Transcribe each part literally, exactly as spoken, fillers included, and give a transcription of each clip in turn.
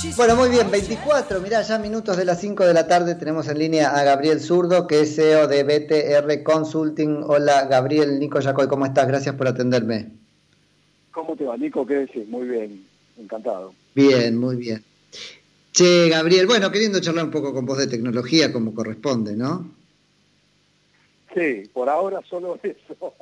Bueno, muy bien, veinticuatro, mirá, ya minutos de las cinco de la tarde tenemos en línea a Gabriel Zurdo, que es C E O de B T R Consulting. Hola, Gabriel, Nico Yacoy, ¿cómo estás? Gracias por atenderme. ¿Cómo te va, Nico? ¿Qué decís? Muy bien, encantado. Bien, muy bien. Che, Gabriel, bueno, queriendo charlar un poco con vos de tecnología como corresponde, ¿no? Sí, por ahora solo eso.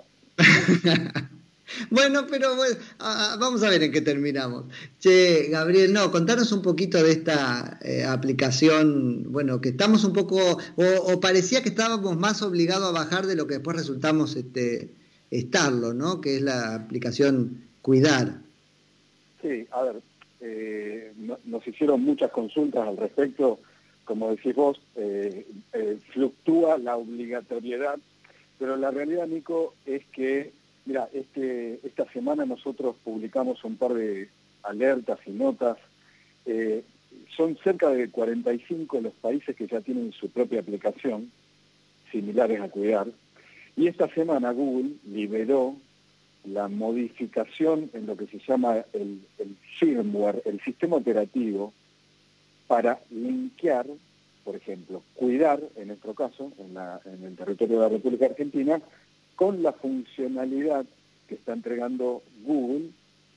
Bueno, pero bueno, ah, vamos a ver en qué terminamos. Che, Gabriel, no, contanos un poquito de esta eh, aplicación, bueno, que estamos un poco, o, o parecía que estábamos más obligados a bajar de lo que después resultamos este, estarlo, ¿no? Que es la aplicación Cuidar. Sí, a ver, eh, no, nos hicieron muchas consultas al respecto. Como decís vos, eh, eh, fluctúa la obligatoriedad, pero la realidad, Nico, es que, mira, este, esta semana nosotros publicamos un par de alertas y notas. Eh, son cerca de cuarenta y cinco los países que ya tienen su propia aplicación, similares a Cuidar. Y esta semana Google liberó la modificación en lo que se llama el, el firmware, el sistema operativo, para linkear, por ejemplo, Cuidar, en nuestro caso, en, la, en el territorio de la República Argentina, con la funcionalidad que está entregando Google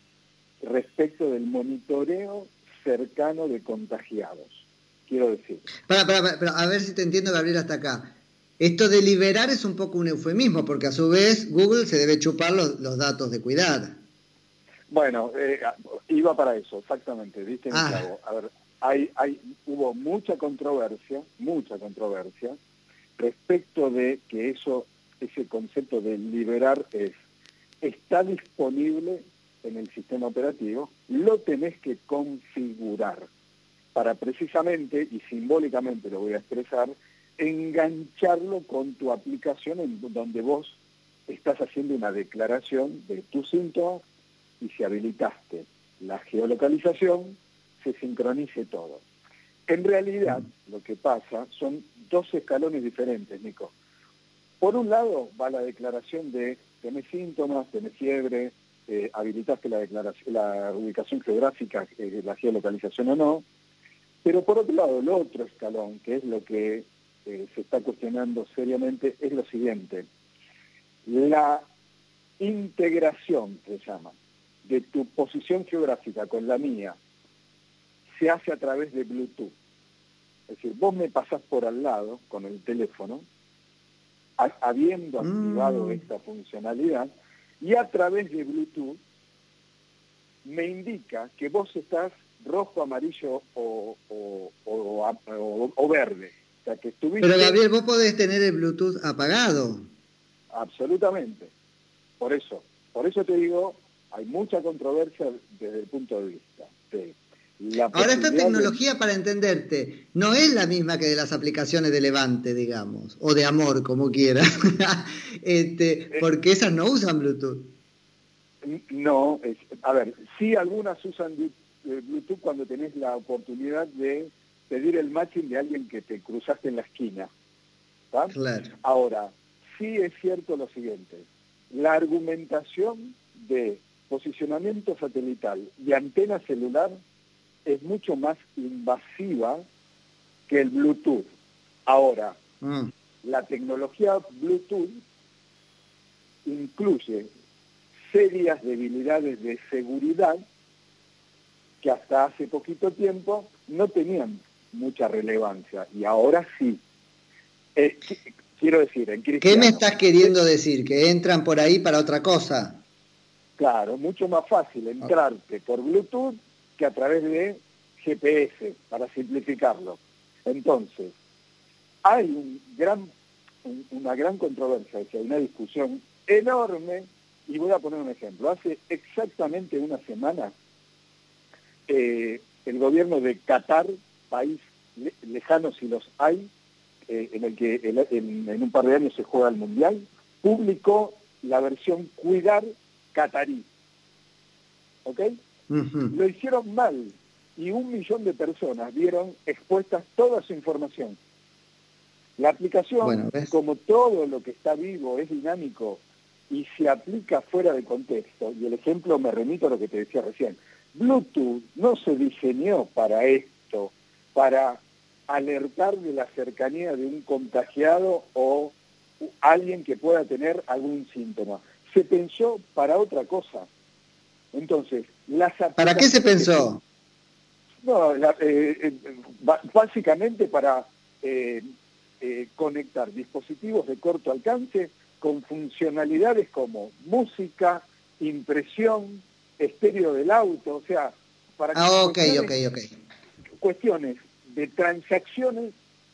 respecto del monitoreo cercano de contagiados. Quiero decir. Para, para, para, a ver si te entiendo, Gabriel, hasta acá. Esto de liberar es un poco un eufemismo, porque a su vez Google se debe chupar los, los datos de Cuidar. Bueno, eh, iba para eso, exactamente, viste en el Ah, clavo. A ver, hay, hay, hubo mucha controversia, mucha controversia, respecto de que eso, ese concepto de liberar es, está disponible en el sistema operativo, lo tenés que configurar para precisamente, y simbólicamente lo voy a expresar, engancharlo con tu aplicación en donde vos estás haciendo una declaración de tus síntomas, y si habilitaste la geolocalización, se sincronice todo. En realidad, lo que pasa son dos escalones diferentes, Nico. Por un lado va la declaración de tenés síntomas, tenés fiebre, eh, habilitaste la, declaración, la ubicación geográfica, eh, la geolocalización o no, pero por otro lado, el otro escalón, que es lo que eh, se está cuestionando seriamente, es lo siguiente. La integración, se llama, de tu posición geográfica con la mía se hace a través de Bluetooth. Es decir, vos me pasás por al lado con el teléfono, a, habiendo activado mm. esta funcionalidad, y a través de Bluetooth me indica que vos estás rojo, amarillo o, o, o, o, o verde. O sea, que estuviste... Pero Gabriel, vos podés tener el Bluetooth apagado. Absolutamente. Por eso, por eso te digo, hay mucha controversia desde el punto de vista de la Ahora, esta posibilidad de... tecnología, para entenderte, no es la misma que de las aplicaciones de Levante, digamos, o de Amor, como quiera, este, Eh, porque esas no usan Bluetooth. no, es, a ver, sí algunas usan Bluetooth cuando tenés la oportunidad de pedir el matching de alguien que te cruzaste en la esquina. ¿Tá? Claro. Ahora, sí es cierto lo siguiente, la argumentación de posicionamiento satelital y antena celular es mucho más invasiva que el Bluetooth. Ahora, Mm. la tecnología Bluetooth incluye serias debilidades de seguridad que hasta hace poquito tiempo no tenían mucha relevancia y ahora sí. Eh, quiero decir, en ¿Qué me cristiano. estás queriendo decir? ¿Que entran por ahí para otra cosa? Claro, mucho más fácil entrarte por Bluetooth que a través de G P S, para simplificarlo. Entonces, hay un gran, un, una gran controversia, o sea, una discusión enorme, y voy a poner un ejemplo. Hace exactamente una semana, eh, el gobierno de Qatar, país le, lejano si los hay, eh, en el que el, en, en un par de años se juega el Mundial, publicó la versión Cuidar catarí. ¿Ok? Uh-huh. Lo hicieron mal y un millón de personas vieron expuestas toda su información. La aplicación, Bueno, ¿ves? como todo lo que está vivo, es dinámico y se aplica fuera de contexto. Y el ejemplo me remito a lo que te decía recién. Bluetooth no se diseñó para esto, para alertar de la cercanía de un contagiado o alguien que pueda tener algún síntoma. Se pensó para otra cosa. Entonces, las ¿Para qué se pensó? No, la, eh, eh, básicamente para eh, eh, conectar dispositivos de corto alcance con funcionalidades como música, impresión, estéreo del auto, o sea, para Ah, ok, cuestiones, ok, ok. cuestiones de transacciones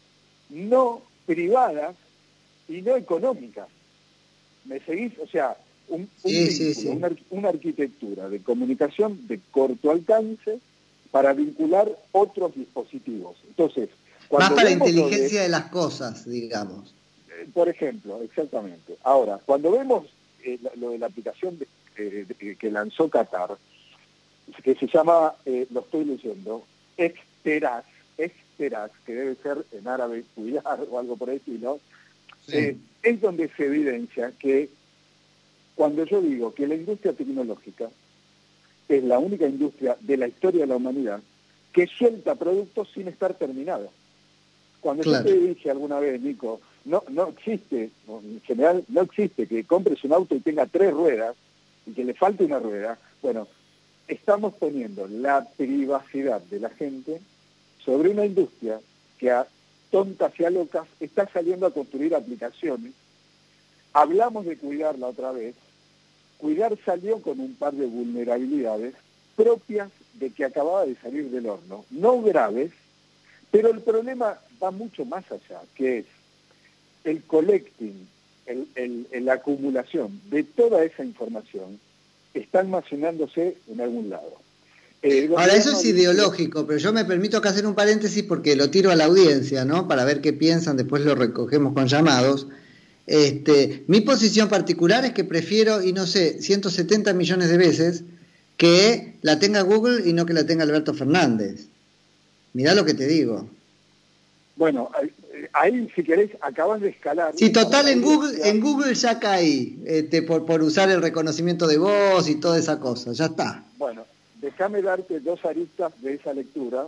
no privadas y no económicas. ¿Me seguís? O sea, un, un Sí, vínculo, sí, sí. una, una arquitectura de comunicación de corto alcance para vincular otros dispositivos. Entonces, Más cuando para vemos lo de, inteligencia de las cosas, digamos. eh, por ejemplo, exactamente. Ahora, cuando vemos eh, lo de la aplicación de, eh, de, que lanzó Qatar, que se llama, eh, lo estoy leyendo, Exteras, Exteras, que debe ser en árabe cuidar o algo por el estilo, Sí. eh, es donde se evidencia que cuando yo digo que la industria tecnológica es la única industria de la historia de la humanidad que suelta productos sin estar terminado. Cuando yo Claro. te dije alguna vez, Nico, no, no existe, en general no existe que compres un auto y tenga tres ruedas y que le falte una rueda. Bueno, estamos poniendo la privacidad de la gente sobre una industria que a tontas y a locas está saliendo a construir aplicaciones. Hablamos de cuidarla otra vez. Cuidar salió con un par de vulnerabilidades propias de que acababa de salir del horno, no graves, pero el problema va mucho más allá, que es el collecting, el, el, el, la acumulación de toda esa información está almacenándose en algún lado. Eh, Ahora, eso es ideológico, dice, pero yo me permito acá hacer un paréntesis porque lo tiro a la audiencia, ¿no? Para ver qué piensan, después lo recogemos con llamados. Este, mi posición particular es que prefiero, y no sé, ciento setenta millones de veces, que la tenga Google y no que la tenga Alberto Fernández. Mirá lo que te digo. Bueno, ahí si querés acabas de escalar. Sí, total, en Google, en Google ya caí, este, por, por usar el reconocimiento de voz y toda esa cosa, ya está. Bueno, déjame darte dos aristas de esa lectura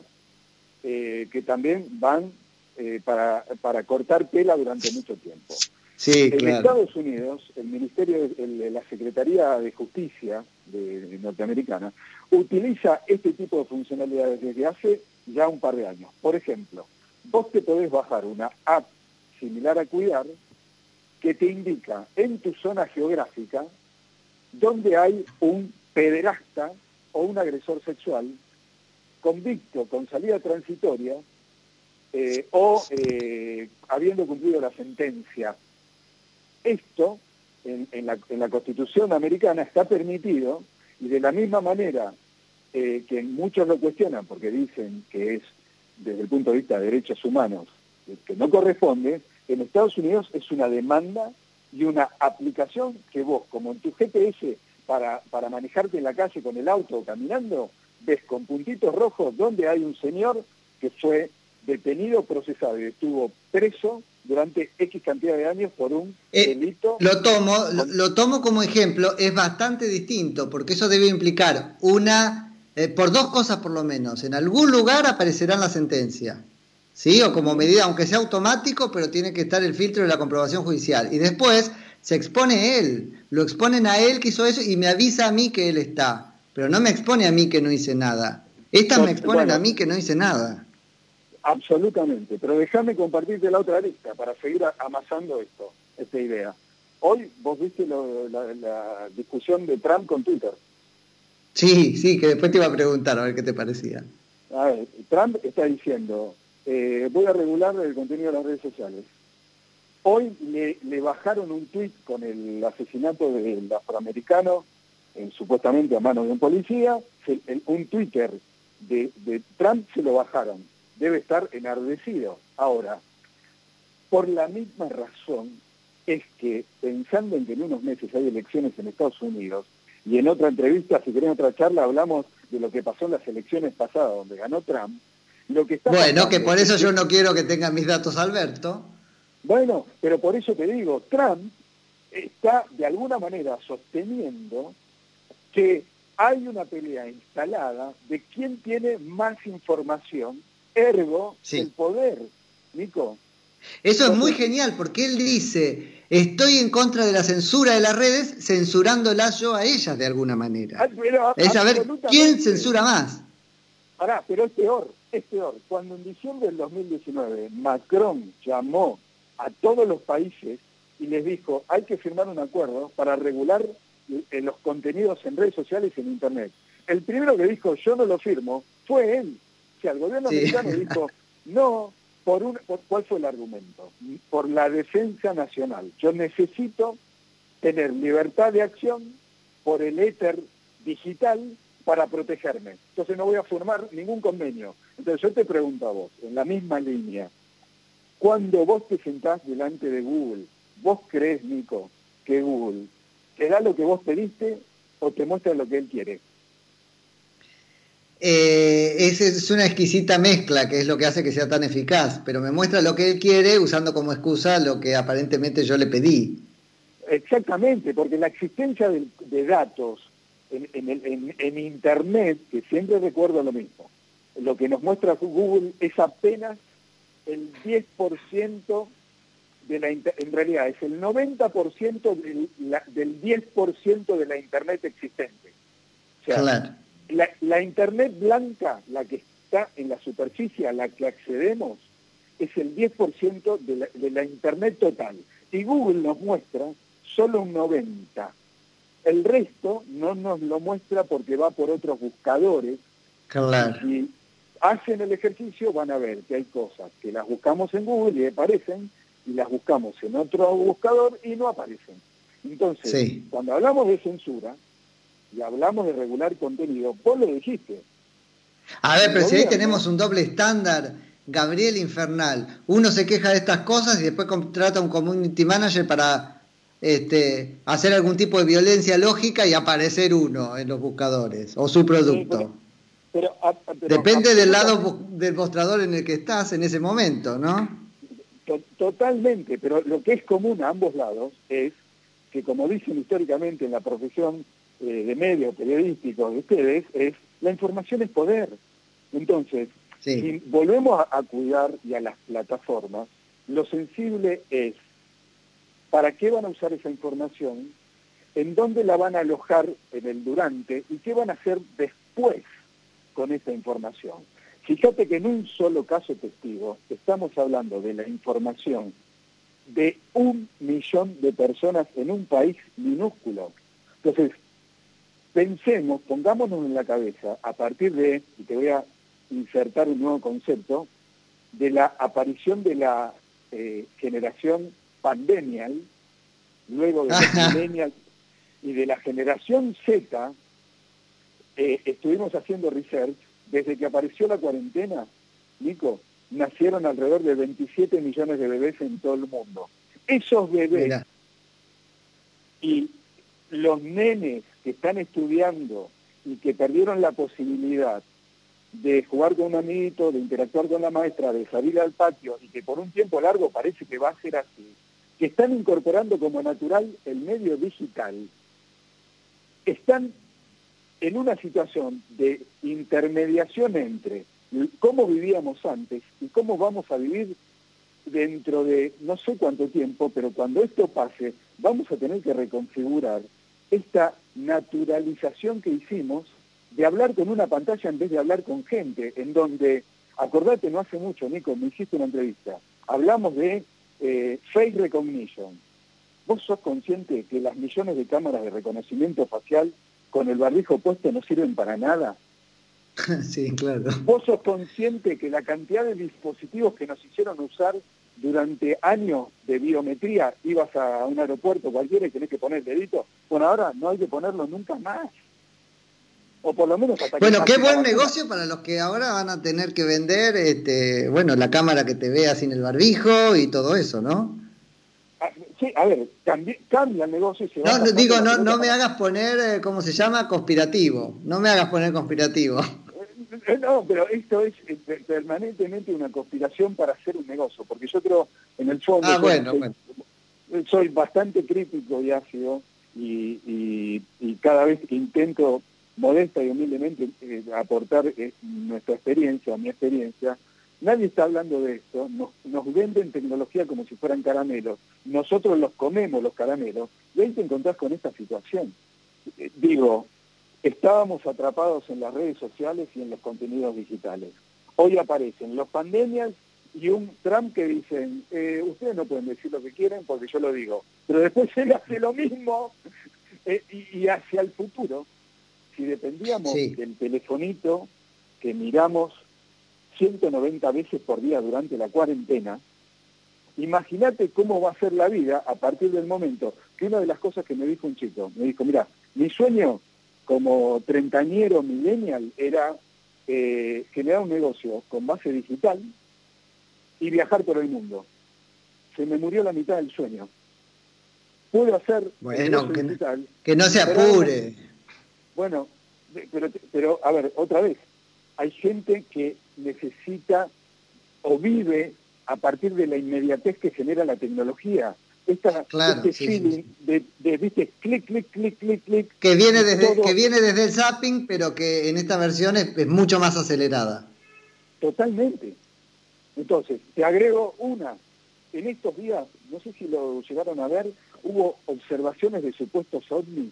eh, que también van eh, para, para cortar tela durante mucho tiempo. Sí, en claro. Estados Unidos, el Ministerio, el, la Secretaría de Justicia de, de norteamericana utiliza este tipo de funcionalidades desde hace ya un par de años. Por ejemplo, vos te podés bajar una app similar a Cuidar que te indica en tu zona geográfica donde hay un pederasta o un agresor sexual convicto con salida transitoria eh, o eh, habiendo cumplido la sentencia. Esto, en, en, la, en la Constitución americana, está permitido y de la misma manera eh, que muchos lo cuestionan porque dicen que es, desde el punto de vista de derechos humanos, que no corresponde, en Estados Unidos es una demanda y una aplicación que vos, como en tu G P S, para, para manejarte en la calle con el auto o caminando, ves con puntitos rojos donde hay un señor que fue detenido, procesado y estuvo preso durante X cantidad de años por un eh, delito. Lo tomo, con... lo, lo tomo como ejemplo, es bastante distinto, porque eso debe implicar una, eh, por dos cosas por lo menos, en algún lugar aparecerá en la sentencia, ¿sí? O como medida, aunque sea automático, pero tiene que estar el filtro de la comprobación judicial. Y después se expone él, lo exponen a él que hizo eso y me avisa a mí que él está, pero no me expone a mí que no hice nada. Estas me exponen bueno, a mí que no hice nada. Absolutamente, pero déjame compartirte la otra lista para seguir amasando esto, esta idea. Hoy vos viste lo, la, la discusión de Trump con Twitter. Sí, sí, que después te iba a preguntar a ver qué te parecía. A ver, Trump está diciendo, eh, voy a regular el contenido de las redes sociales. Hoy le, le bajaron un tuit con el asesinato del afroamericano, eh, supuestamente a manos de un policía, se, el, un Twitter de, de Trump se lo bajaron. Debe estar enardecido. Ahora, por la misma razón es que, pensando en que en unos meses hay elecciones en Estados Unidos, y en otra entrevista, si querés otra charla, hablamos de lo que pasó en las elecciones pasadas, donde ganó Trump, lo que está Bueno, que por eso es yo que... no quiero que tenga mis datos Alberto. Bueno, pero por eso te digo, Trump está de alguna manera sosteniendo que hay una pelea instalada de quién tiene más información, ergo sí. el poder, Nico. Eso Entonces, es muy genial, porque él dice, estoy en contra de la censura de las redes, censurándolas yo a ellas de alguna manera. ah, pero Es saber quién absolutamente. censura más. Pará, pero es peor, es peor. Cuando en diciembre del dos mil diecinueve Macron llamó a todos los países y les dijo, hay que firmar un acuerdo para regular eh, los contenidos en redes sociales y en Internet. El primero que dijo, yo no lo firmo, fue él. O sea, el gobierno Sí. americano dijo, no, por un, por, ¿cuál fue el argumento? Por la defensa nacional. Yo necesito tener libertad de acción por el éter digital para protegerme. Entonces no voy a firmar ningún convenio. Entonces yo te pregunto a vos, en la misma línea, cuando vos te sentás delante de Google, ¿vos crees, Nico, que Google te da lo que vos pediste o te muestra lo que él quiere? Eh, es, es una exquisita mezcla que es lo que hace que sea tan eficaz, pero me muestra lo que él quiere usando como excusa lo que aparentemente yo le pedí. Exactamente, porque la existencia de, de datos en, en, el, en, en Internet, que siempre recuerdo lo mismo, lo que nos muestra Google es apenas el diez por ciento de la, en realidad es el noventa por ciento del, la, del diez por ciento de la Internet existente. O sea, Claro. la, la Internet blanca, la que está en la superficie a la que accedemos, es el diez por ciento de la, de la Internet total. Y Google nos muestra solo un noventa por ciento. El resto no nos lo muestra porque va por otros buscadores. Claro. Y si hacen el ejercicio van a ver que hay cosas que las buscamos en Google y aparecen, y las buscamos en otro buscador y no aparecen. Entonces, Sí. cuando hablamos de censura y hablamos de regular contenido, vos lo dijiste. A ver, El pero si ahí gobierno, tenemos un doble estándar, Gabriel infernal. Uno se queja de estas cosas y después contrata un community manager para este, hacer algún tipo de violencia lógica y aparecer uno en los buscadores o su sí, pero, producto. pero, a- pero Depende del lado absolutamente, bu- del mostrador en el que estás en ese momento, ¿no? to- totalmente, pero lo que es común a ambos lados es que, como dicen históricamente en la profesión eh, de medios periodísticos de ustedes, es la información es poder. Entonces, Sí. si volvemos a, a cuidar y a las plataformas, lo sensible es para qué van a usar esa información, en dónde la van a alojar en el durante y qué van a hacer después con esa información. Fíjate que en un solo caso testigo estamos hablando de la información de un millón de personas en un país minúsculo. Entonces, pensemos, pongámonos en la cabeza, a partir de, y te voy a insertar un nuevo concepto, de la aparición de la eh, generación pandemial, luego de los millennials y de la generación Z, eh, estuvimos haciendo research, desde que apareció la cuarentena, Nico, nacieron alrededor de veintisiete millones de bebés en todo el mundo. Esos bebés Mira. y los nenes que están estudiando y que perdieron la posibilidad de jugar con un amiguito, de interactuar con la maestra, de salir al patio y que por un tiempo largo parece que va a ser así, que están incorporando como natural el medio digital, están en una situación de intermediación entre cómo vivíamos antes y cómo vamos a vivir dentro de no sé cuánto tiempo, pero cuando esto pase, vamos a tener que reconfigurar esta naturalización que hicimos de hablar con una pantalla en vez de hablar con gente, en donde, acordate, no hace mucho, Nico, me hiciste una entrevista, hablamos de eh, face recognition. ¿Vos sos consciente que las millones de cámaras de reconocimiento facial con el barbijo puesto no sirven para nada? Sí, claro. ¿Vos sos consciente que la cantidad de dispositivos que nos hicieron usar durante años de biometría, ibas a un aeropuerto cualquiera y tenés que poner el dedito? Bueno, ahora no hay que ponerlo nunca más. O por lo menos hasta que Bueno, qué pase la buen vacuna. negocio para los que ahora van a tener que vender, este, bueno, la cámara que te vea sin el barbijo y todo eso, ¿no? Ah, sí, a ver, cambi- cambia el negocio y se va No, no, pasando digo, la no, pelota no me para... hagas poner, eh, ¿cómo se llama? Conspirativo. No me hagas poner conspirativo. Eh, No, pero esto es eh, permanentemente una conspiración para hacer un negocio, porque yo creo, en el fondo, Ah, yo bueno, soy, bueno. soy bastante crítico y ácido, y, y, y cada vez que intento modesta y humildemente eh, aportar eh, nuestra experiencia, mi experiencia. Nadie está hablando de esto, nos, nos venden tecnología como si fueran caramelos, nosotros los comemos los caramelos, y ahí te encontrás con esta situación. Eh, digo, estábamos atrapados en las redes sociales y en los contenidos digitales. Hoy aparecen los pandemias y un Trump que dicen, eh, ustedes no pueden decir lo que quieren porque yo lo digo, pero después él hace lo mismo eh, y, y hacia el futuro. Si dependíamos Sí. del telefonito que miramos ciento noventa veces por día durante la cuarentena, imagínate cómo va a ser la vida a partir del momento que una de las cosas que me dijo un chico, me dijo, mira, mi sueño como treintañero millennial era eh, generar un negocio con base digital y viajar por el mundo. Se me murió la mitad del sueño. Puedo hacer Bueno, el negocio que, digital. que no se pero apure. Además, bueno, pero, pero a ver, otra vez, hay gente que necesita o vive a partir de la inmediatez que genera la tecnología. Esta, Claro, este sí, feeling sí, sí. de, de, viste, clic, clic, clic, clic, clic. Que viene, y desde, todo que viene desde el zapping, pero que en esta versión es, es mucho más acelerada. totalmente. Entonces, te agrego una. En estos días, no sé si lo llegaron a ver, hubo observaciones de supuestos ovnis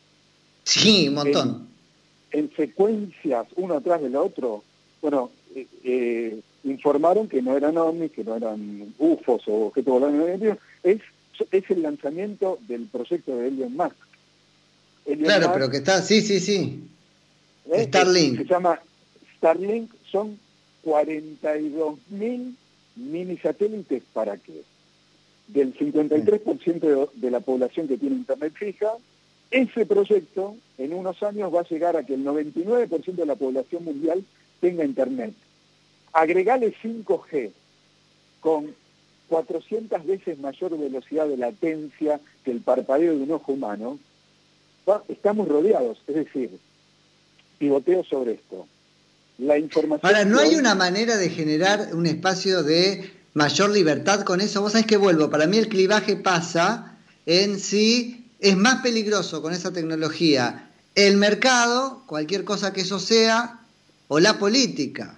Sí, un en, montón. en secuencias, uno atrás del otro. Bueno, eh, eh, informaron que no eran ovnis, que no eran U F Os o objetos voladores no identificados. Es, es el lanzamiento del proyecto de Elon Musk. Elon Claro, Musk pero que está, sí, sí, sí. eh, eh, se Starlink. llama Starlink, son cuarenta y dos mil mini satélites. ¿Para qué? Del cincuenta y tres por ciento de, de la población que tiene internet fija. Ese proyecto en unos años va a llegar a que el noventa y nueve por ciento de la población mundial tenga internet. Agregale cinco G con cuatrocientas veces mayor velocidad de latencia que el parpadeo de un ojo humano, va, estamos rodeados. Es decir, pivoteo sobre esto. La Ahora, información ¿no que hay hoy... una manera de generar un espacio de mayor libertad con eso? Vos sabés que vuelvo, para mí el clivaje pasa en si es más peligroso con esa tecnología el mercado, cualquier cosa que eso sea, o la política,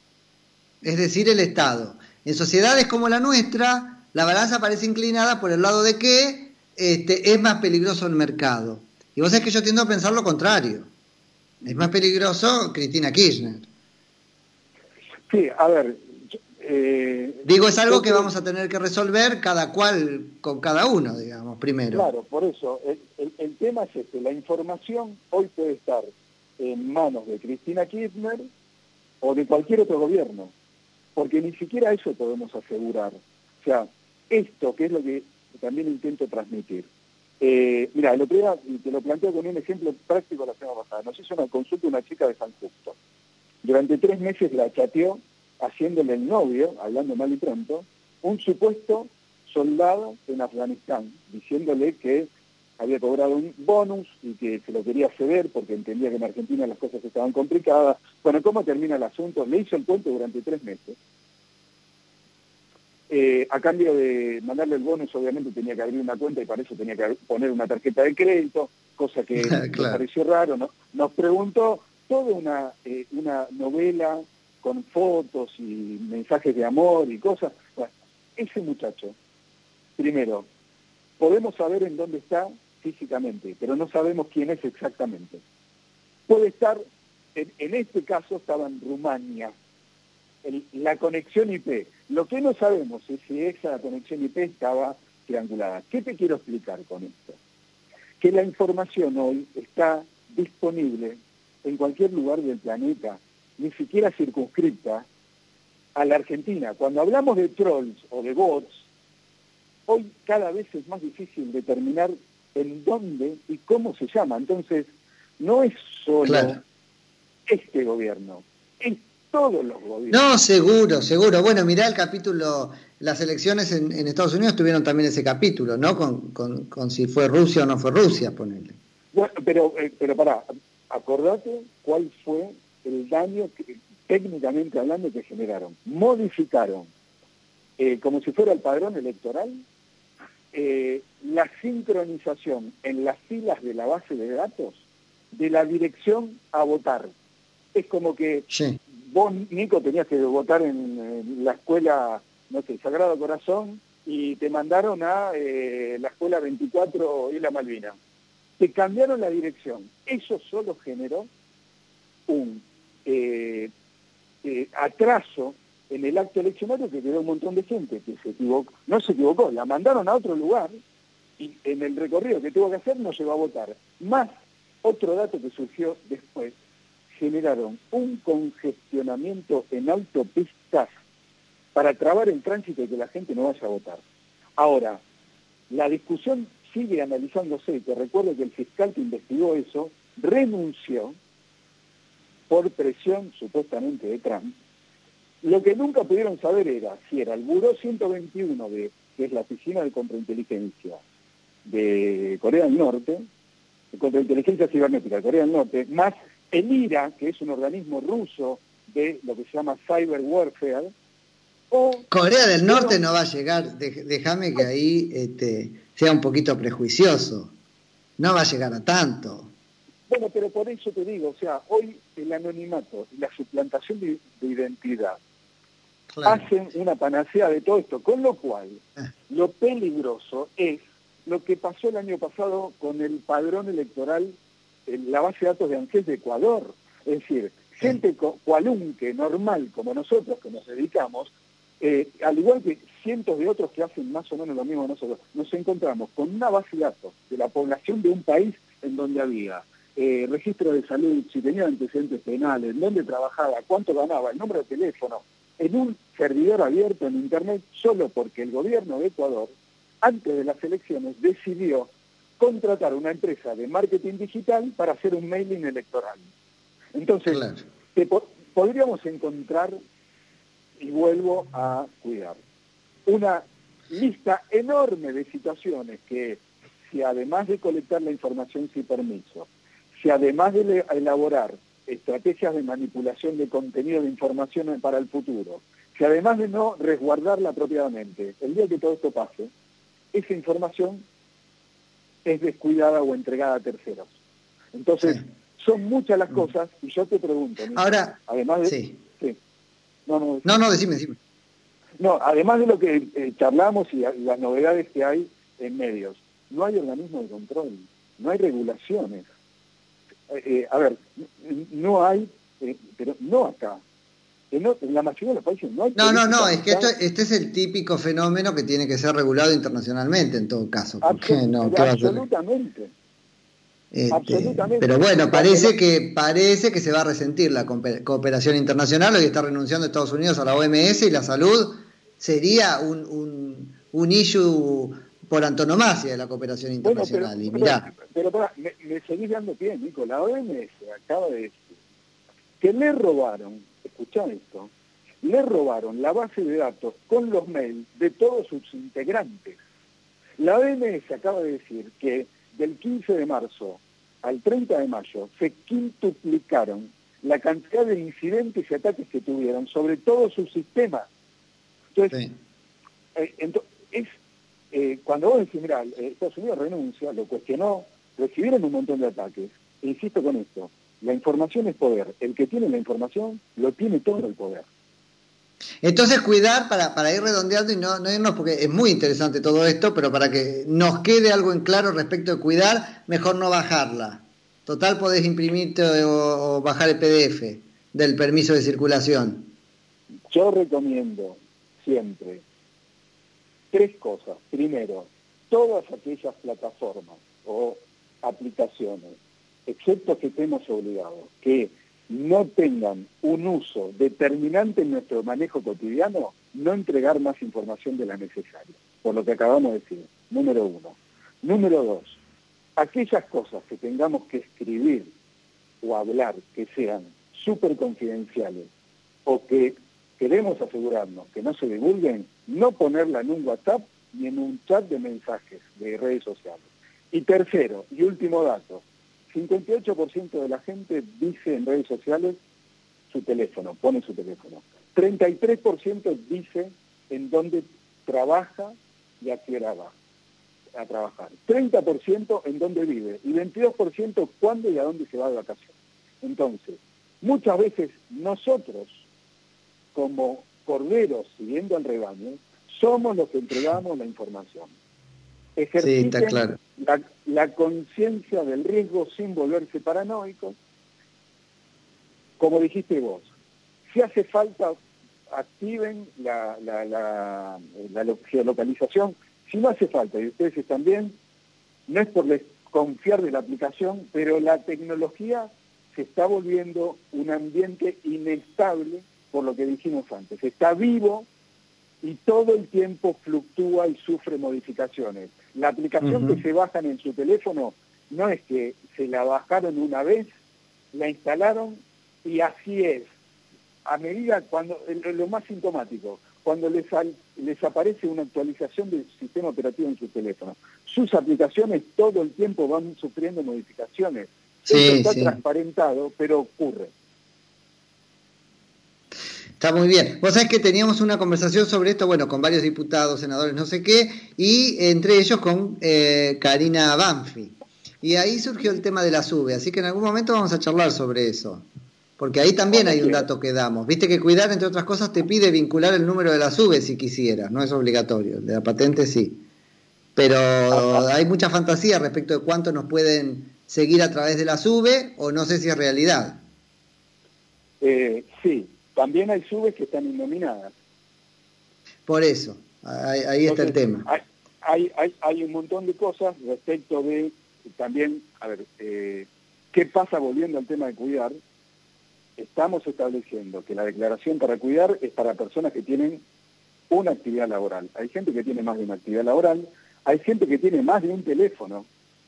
es decir, el Estado. En sociedades como la nuestra, la balanza parece inclinada por el lado de que este, es más peligroso el mercado. Y vos sabés que yo tiendo a pensar lo contrario. Es más peligroso Cristina Kirchner. Sí, a ver, eh, Digo, es algo yo que creo, vamos a tener que resolver cada cual con cada uno, digamos, primero. claro, por eso, el, el, el tema es este, la información hoy puede estar en manos de Cristina Kirchner o de cualquier otro gobierno, porque ni siquiera eso podemos asegurar. O sea, esto, que es lo que también intento transmitir. Eh, mira, el otro día, y te lo planteo con un ejemplo práctico la semana pasada, nos hizo una consulta una chica de San Justo. Durante tres meses la chateó, haciéndole el novio, hablando mal y pronto, un supuesto soldado en Afganistán, diciéndole que había cobrado un bonus y que se lo quería ceder porque entendía que en Argentina las cosas estaban complicadas. Bueno, ¿cómo termina el asunto? Le hizo el cuento durante tres meses. Eh, a cambio de mandarle el bonus, obviamente tenía que abrir una cuenta y para eso tenía que poner una tarjeta de crédito, cosa que le Claro. pareció raro, ¿no? Nos preguntó toda una, eh, una novela con fotos y mensajes de amor y cosas. Bueno, ese muchacho, primero, podemos saber en dónde está físicamente, pero no sabemos quién es exactamente. Puede estar, en, en este caso estaba en Rumania, el, la conexión I P. Lo que no sabemos es si esa conexión I P estaba triangulada. ¿Qué te quiero explicar con esto? Que la información hoy está disponible en cualquier lugar del planeta, ni siquiera circunscripta a la Argentina. Cuando hablamos de trolls o de bots, hoy cada vez es más difícil determinar en dónde y cómo se llama. Entonces, no es solo Claro. este gobierno, es todos los gobiernos. No, seguro, seguro. Bueno, mirá el capítulo, las elecciones en, en Estados Unidos tuvieron también ese capítulo, ¿no? Con, con, con si fue Rusia o no fue Rusia, ponele. Bueno, pero, eh, pero pará, acordate cuál fue el daño que, técnicamente hablando, que generaron. Modificaron, eh, como si fuera el padrón electoral, eh, la sincronización en las filas de la base de datos de la dirección a votar. Es como que Sí. vos, Nico, tenías que votar en, en la escuela, no sé, Sagrado Corazón, y te mandaron a eh, la escuela veinticuatro Isla Malvina. Te cambiaron la dirección. Eso solo generó un eh, eh, atraso en el acto eleccionario que quedó un montón de gente que se equivocó. No se equivocó, la mandaron a otro lugar y en el recorrido que tuvo que hacer no llegó a votar. Más otro dato que surgió después, generaron un congestionamiento en autopistas para trabar el tránsito y que la gente no vaya a votar. Ahora, la discusión sigue analizándose. Te recuerdo que el fiscal que investigó eso renunció por presión supuestamente de Trump. Lo que nunca pudieron saber era si era el Buró ciento veintiuno, de, que es la Oficina de Contrainteligencia de Corea del Norte, de Contrainteligencia Cibernética de Corea del Norte, más el I R A, que es un organismo ruso de lo que se llama Cyber Warfare, o... Corea del Norte bueno, no va a llegar, dej- déjame que ahí este, sea un poquito prejuicioso, no va a llegar a tanto. bueno, pero por eso te digo, o sea, hoy el anonimato y la suplantación de, de identidad Claro. hacen una panacea de todo esto, con lo cual Ah, lo peligroso es lo que pasó el año pasado con el padrón electoral, en la base de datos de ANSES de Ecuador. Es decir, sí. gente co- cualunque, normal, como nosotros, que nos dedicamos, eh, al igual que cientos de otros que hacen más o menos lo mismo que nosotros, nos encontramos con una base de datos de la población de un país en donde había eh, registro de salud, si tenía antecedentes penales, dónde trabajaba, cuánto ganaba, el número de teléfono, en un servidor abierto en Internet, solo porque el gobierno de Ecuador, antes de las elecciones, decidió contratar una empresa de marketing digital para hacer un mailing electoral. Entonces, Claro. te po- podríamos encontrar, y vuelvo a cuidar, una lista enorme de situaciones que, si además de colectar la información sin permiso, si además de le- elaborar estrategias de manipulación de contenido de información para el futuro, si además de no resguardarla apropiadamente, el día que todo esto pase, esa información es descuidada o entregada a terceros. Entonces, Sí. son muchas las Mm. cosas, y yo te pregunto, Nico, Ahora, además de... sí. Sí, no, no, No, decime. no, decime, decime. No, además de lo que eh, charlamos y, a- y las novedades que hay en medios, no hay organismo de control, no hay regulaciones. Eh, eh, a ver, n- no hay, eh, pero no acá. En, o- en la mayoría de los países no hay No, no, no, política de es que esto, Estado. este es el típico fenómeno que tiene que ser regulado internacionalmente en todo caso, porque Absol- no, pero ¿qué va a hacer? absolutamente, Este, pero absolutamente. bueno, Cuando la, parece que parece que se va a resentir la compe- cooperación internacional. Hoy está renunciando Estados Unidos a la O M S y la salud sería un, un, un issue por antonomasia de la cooperación bueno, pero, internacional. Y pero, mirá, pero pará, me, me seguís dando pie, Nico. La O M S acaba de decir que le robaron, escuchá esto, le robaron la base de datos con los mails de todos sus integrantes. La O M S acaba de decir que del quince de marzo al treinta de mayo se quintuplicaron la cantidad de incidentes y ataques que tuvieron sobre todo sus sistemas. Entonces, sí. eh, ento- es, eh, cuando vos decís, mira, eh, Estados Unidos renuncia, lo cuestionó, recibieron un montón de ataques. E insisto con esto, la información es poder. El que tiene la información, lo tiene todo el poder. Entonces cuidar para, para ir redondeando y no, no irnos, porque es muy interesante todo esto, pero para que nos quede algo en claro respecto de cuidar, mejor no bajarla. Total podés imprimirte o, o bajar el P D F del permiso de circulación. Yo recomiendo siempre tres cosas. Primero, todas aquellas plataformas o aplicaciones, excepto que estemos obligados, que no tengan un uso determinante en nuestro manejo cotidiano, no entregar más información de la necesaria, por lo que acabamos de decir, número uno. Número dos, aquellas cosas que tengamos que escribir o hablar que sean súper confidenciales o que queremos asegurarnos que no se divulguen, no ponerla en un WhatsApp ni en un chat de mensajes de redes sociales. Y tercero, y último dato, cincuenta y ocho por ciento de la gente dice en redes sociales su teléfono, pone su teléfono. treinta y tres por ciento dice en dónde trabaja y a qué hora va. a trabajar, treinta por ciento en dónde vive y veintidós por ciento cuándo y a dónde se va de vacaciones. Entonces, muchas veces nosotros, como corderos siguiendo al rebaño, somos los que entregamos la información. Ejerciten sí, está claro. la, la conciencia del riesgo sin volverse paranoicos. Como dijiste vos, si hace falta, activen la, la, la, la geolocalización. Si no hace falta, y ustedes están bien, no es por desconfiar de la aplicación, pero la tecnología se está volviendo un ambiente inestable, por lo que dijimos antes. Está vivo y todo el tiempo fluctúa y sufre modificaciones. La aplicación uh-huh. que se bajan en su teléfono no es que se la bajaron una vez, la instalaron y así es. A medida, cuando lo más sintomático, cuando les, les aparece una actualización del sistema operativo en su teléfono, sus aplicaciones todo el tiempo van sufriendo modificaciones. Sí, Eso está sí. transparentado, pero ocurre. Está muy bien. Vos sabés que teníamos una conversación sobre esto, bueno, con varios diputados, senadores, no sé qué, y entre ellos con eh, Karina Banfi. Y ahí surgió el tema de la SUBE, así que en algún momento vamos a charlar sobre eso. Porque ahí también hay un dato que damos. Viste que Cuidar, entre otras cosas, te pide vincular el número de la SUBE si quisieras, no es obligatorio, el de la patente sí. Pero hay mucha fantasía respecto de cuánto nos pueden seguir a través de la SUBE, o no sé si es realidad. Eh, sí, también hay SUBEs que están innominadas. Por eso, ahí, ahí está Entonces, el tema. Hay, hay, hay, hay un montón de cosas respecto de, también, a ver, eh, ¿qué pasa volviendo al tema de Cuidar? Estamos estableciendo que la declaración para cuidar es para personas que tienen una actividad laboral. Hay gente que tiene más de una actividad laboral, hay gente que tiene más de un teléfono.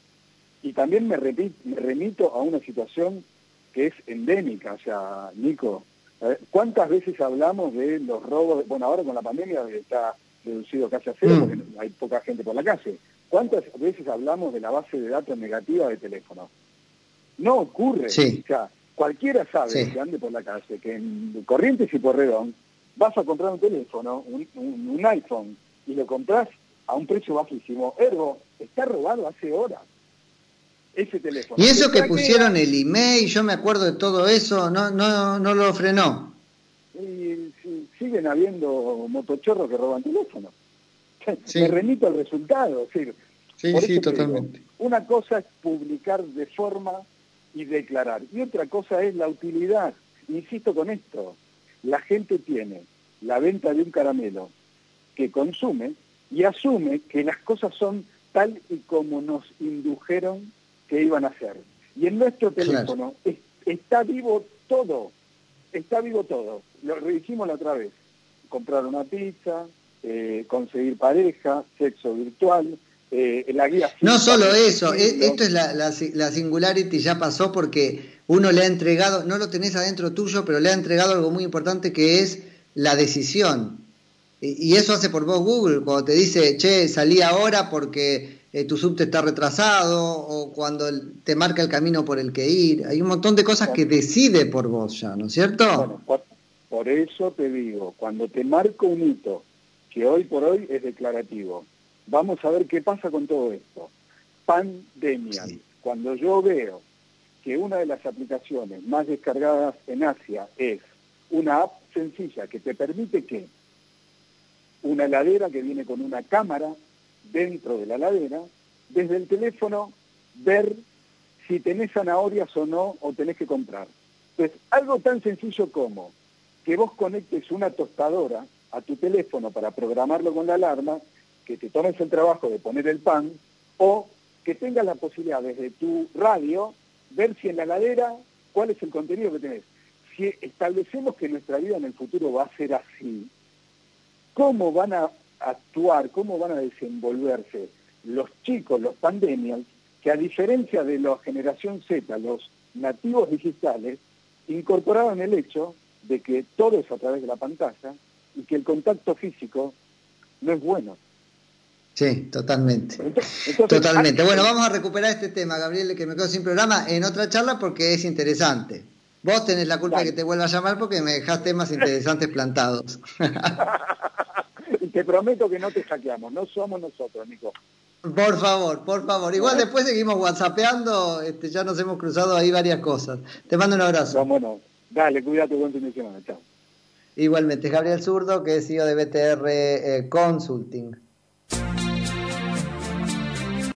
Y también me, repito, me remito a una situación que es endémica. O sea, Nico, ¿cuántas veces hablamos de los robos? Bueno, ahora con la pandemia está reducido casi a cero porque hay poca gente por la calle. ¿Cuántas veces hablamos de la base de datos negativa de teléfono? No ocurre. Sí. O sea, cualquiera sabe sí. que ande por la calle, que en Corrientes y Porredón vas a comprar un teléfono, un, un, un iPhone, y lo compras a un precio bajísimo. Ergo, está robado hace horas ese teléfono. Y eso que pusieron el email, yo me acuerdo de todo eso, no no no lo frenó. Y, y siguen habiendo motochorros que roban teléfonos. Sí. Me remito al resultado. Es decir, sí, por sí, eso totalmente. Digo, una cosa es publicar de forma y declarar. Y otra cosa es la utilidad. Insisto con esto, la gente tiene la venta de un caramelo que consume y asume que las cosas son tal y como nos indujeron que iban a ser. Y en nuestro teléfono claro. es, está vivo todo, está vivo todo. Lo dijimos la otra vez, comprar una pizza, eh, conseguir pareja, sexo virtual, Eh, la guía no solo eso, esto es la, la, la singularity, ya pasó porque uno le ha entregado, no lo tenés adentro tuyo, pero le ha entregado algo muy importante que es la decisión. Y, y eso hace por vos Google, cuando te dice, che, salí ahora porque eh, tu subte está retrasado, o cuando el, te marca el camino por el que ir. Hay un montón de cosas bueno, que decide por vos ya, ¿no es cierto? Bueno, por, por eso te digo, cuando te marco un hito, que hoy por hoy es declarativo, vamos a ver qué pasa con todo esto. Pandemia. Sí. Cuando yo veo que una de las aplicaciones más descargadas en Asia es una app sencilla que te permite que una heladera que viene con una cámara dentro de la heladera, desde el teléfono ver si tenés zanahorias o no, o tenés que comprar. Entonces, algo tan sencillo como que vos conectes una tostadora a tu teléfono para programarlo con la alarma, que te tomes el trabajo de poner el pan, o que tengas la posibilidad desde tu radio ver si en la heladera cuál es el contenido que tenés. Si establecemos que nuestra vida en el futuro va a ser así, ¿cómo van a actuar, cómo van a desenvolverse los chicos, los pandemials, que a diferencia de la generación Z, los nativos digitales, incorporaron el hecho de que todo es a través de la pantalla y que el contacto físico no es bueno? Sí, totalmente. Entonces, totalmente. Bueno, vamos a recuperar este tema, Gabriel, que me quedo sin programa, en otra charla porque es interesante. Vos tenés la culpa Dale. de que te vuelva a llamar porque me dejás temas interesantes plantados. Y te prometo que no te hackeamos, no somos nosotros, Nico. Por favor, por favor. Igual después seguimos whatsappeando, este, ya nos hemos cruzado ahí varias cosas. Te mando un abrazo. No, bueno, dale, cuídate, buen fin de semana. Chao. Igualmente, Gabriel Zurdo, que es C E O de B T R eh, Consulting.